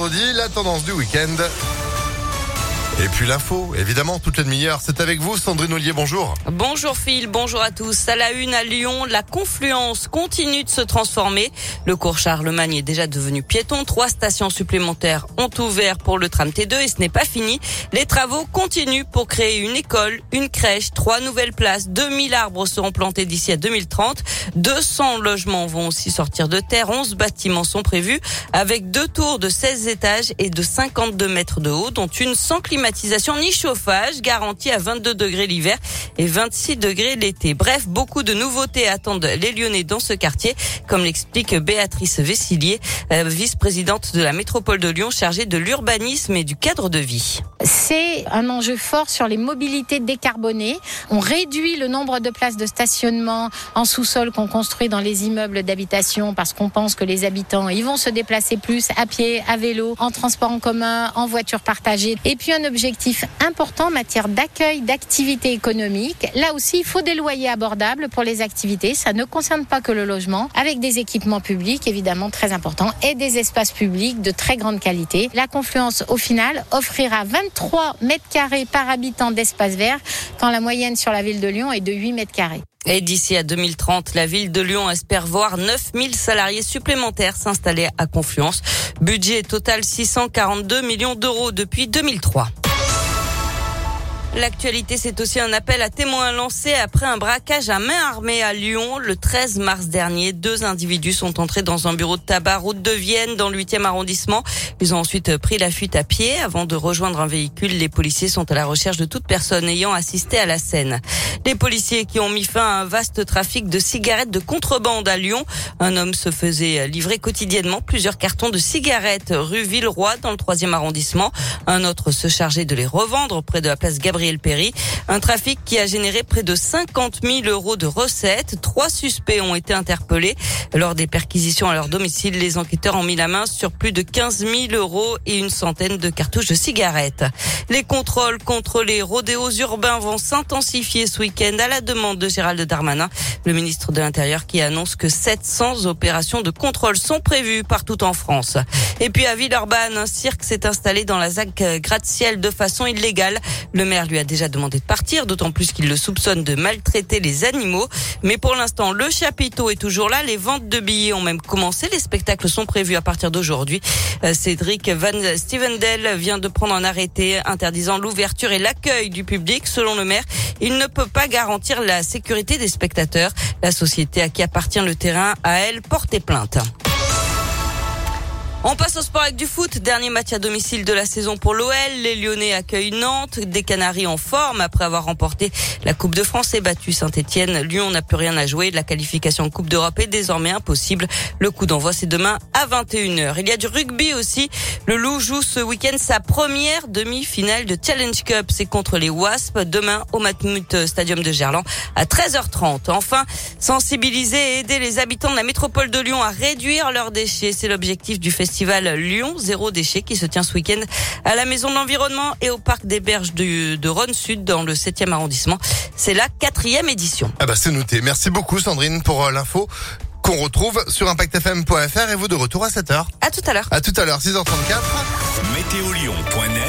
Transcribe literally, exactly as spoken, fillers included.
vendredi, la tendance du week-end. Et puis l'info, évidemment, toute la demi-heure, c'est avec vous, Sandrine Ollier, bonjour. Bonjour Phil, bonjour à tous. À la une à Lyon, la confluence continue de se transformer. Le cours Charlemagne est déjà devenu piéton. Trois stations supplémentaires ont ouvert pour le tram T deux et ce n'est pas fini. Les travaux continuent pour créer une école, une crèche, trois nouvelles places. deux mille arbres seront plantés d'ici à deux mille trente. deux cents logements vont aussi sortir de terre. onze bâtiments sont prévus avec deux tours de seize étages et de cinquante-deux mètres de haut, dont une sans climatisation ni chauffage, garantie à vingt-deux degrés l'hiver et vingt-six degrés l'été. Bref, beaucoup de nouveautés attendent les Lyonnais dans ce quartier, comme l'explique Béatrice Vessillier, euh, vice-présidente de la métropole de Lyon chargée de l'urbanisme et du cadre de vie. C'est un enjeu fort sur les mobilités décarbonées. On réduit le nombre de places de stationnement en sous-sol qu'on construit dans les immeubles d'habitation parce qu'on pense que les habitants, ils vont se déplacer plus à pied, à vélo, en transport en commun, en voiture partagée. Et puis un objectif important en matière d'accueil, d'activité économique. Là aussi, il faut des loyers abordables pour les activités. Ça ne concerne pas que le logement, avec des équipements publics évidemment très importants et des espaces publics de très grande qualité. La confluence, au final, offrira vingt-trois mètres carrés par habitant d'espace vert, quand la moyenne sur la ville de Lyon est de huit mètres carrés. Et d'ici à deux mille trente, la ville de Lyon espère voir neuf mille salariés supplémentaires s'installer à Confluence. Budget total six cent quarante-deux millions d'euros depuis deux mille trois. L'actualité, c'est aussi un appel à témoins lancé après un braquage à main armée à Lyon le treize mars dernier. Deux individus sont entrés dans un bureau de tabac route de Vienne dans le huitième arrondissement. Ils ont ensuite pris la fuite à pied avant de rejoindre un véhicule. Les policiers sont à la recherche de toute personne ayant assisté à la scène. Les policiers qui ont mis fin à un vaste trafic de cigarettes de contrebande à Lyon. Un homme se faisait livrer quotidiennement plusieurs cartons de cigarettes rue Villeroy dans le troisième arrondissement. Un autre se chargeait de les revendre près de la place Gabriel Péry. Un trafic qui a généré près de cinquante mille euros de recettes. Trois suspects ont été interpellés. Lors des perquisitions à leur domicile, les enquêteurs ont mis la main sur plus de quinze mille euros et une centaine de cartouches de cigarettes. Les contrôles contre les rodéos urbains vont s'intensifier ce week-end à la demande de Gérald Darmanin, le ministre de l'Intérieur, qui annonce que sept cents opérations de contrôle sont prévues partout en France. Et puis à Villeurbanne, un cirque s'est installé dans la Z A C gratte-ciel de façon illégale. Le maire lui a déjà demandé de partir, d'autant plus qu'il le soupçonne de maltraiter les animaux. Mais pour l'instant, le chapiteau est toujours là. Les ventes de billets ont même commencé. Les spectacles sont prévus à partir d'aujourd'hui. Cédric Van Stevendel vient de prendre un arrêté interdisant l'ouverture et l'accueil du public. Selon le maire, il ne peut pas garantir la sécurité des spectateurs. La société à qui appartient le terrain a, elle, porté plainte. On passe au sport avec du foot. Dernier match à domicile de la saison pour l'O L. Les Lyonnais accueillent Nantes. Des Canaries en forme après avoir remporté la Coupe de France et battu Saint-Etienne. Lyon n'a plus rien à jouer. La qualification en Coupe d'Europe est désormais impossible. Le coup d'envoi, c'est demain à vingt et une heures. Il y a du rugby aussi. Le Loup joue ce week-end sa première demi-finale de Challenge Cup. C'est contre les Wasps demain au Matmut Stadium de Gerland à treize heures trente. Enfin, sensibiliser et aider les habitants de la métropole de Lyon à réduire leurs déchets. C'est l'objectif du festival Lyon Zéro Déchet qui se tient ce week-end à la Maison de l'Environnement et au Parc des Berges de, de Rhône Sud dans le septième arrondissement. C'est la quatrième édition. Ah bah c'est noté. Merci beaucoup Sandrine pour euh, l'info qu'on retrouve sur impact f m point f r et vous de retour à sept heures. À tout à l'heure. À tout à l'heure, six heures trente-quatre. météo lyon point net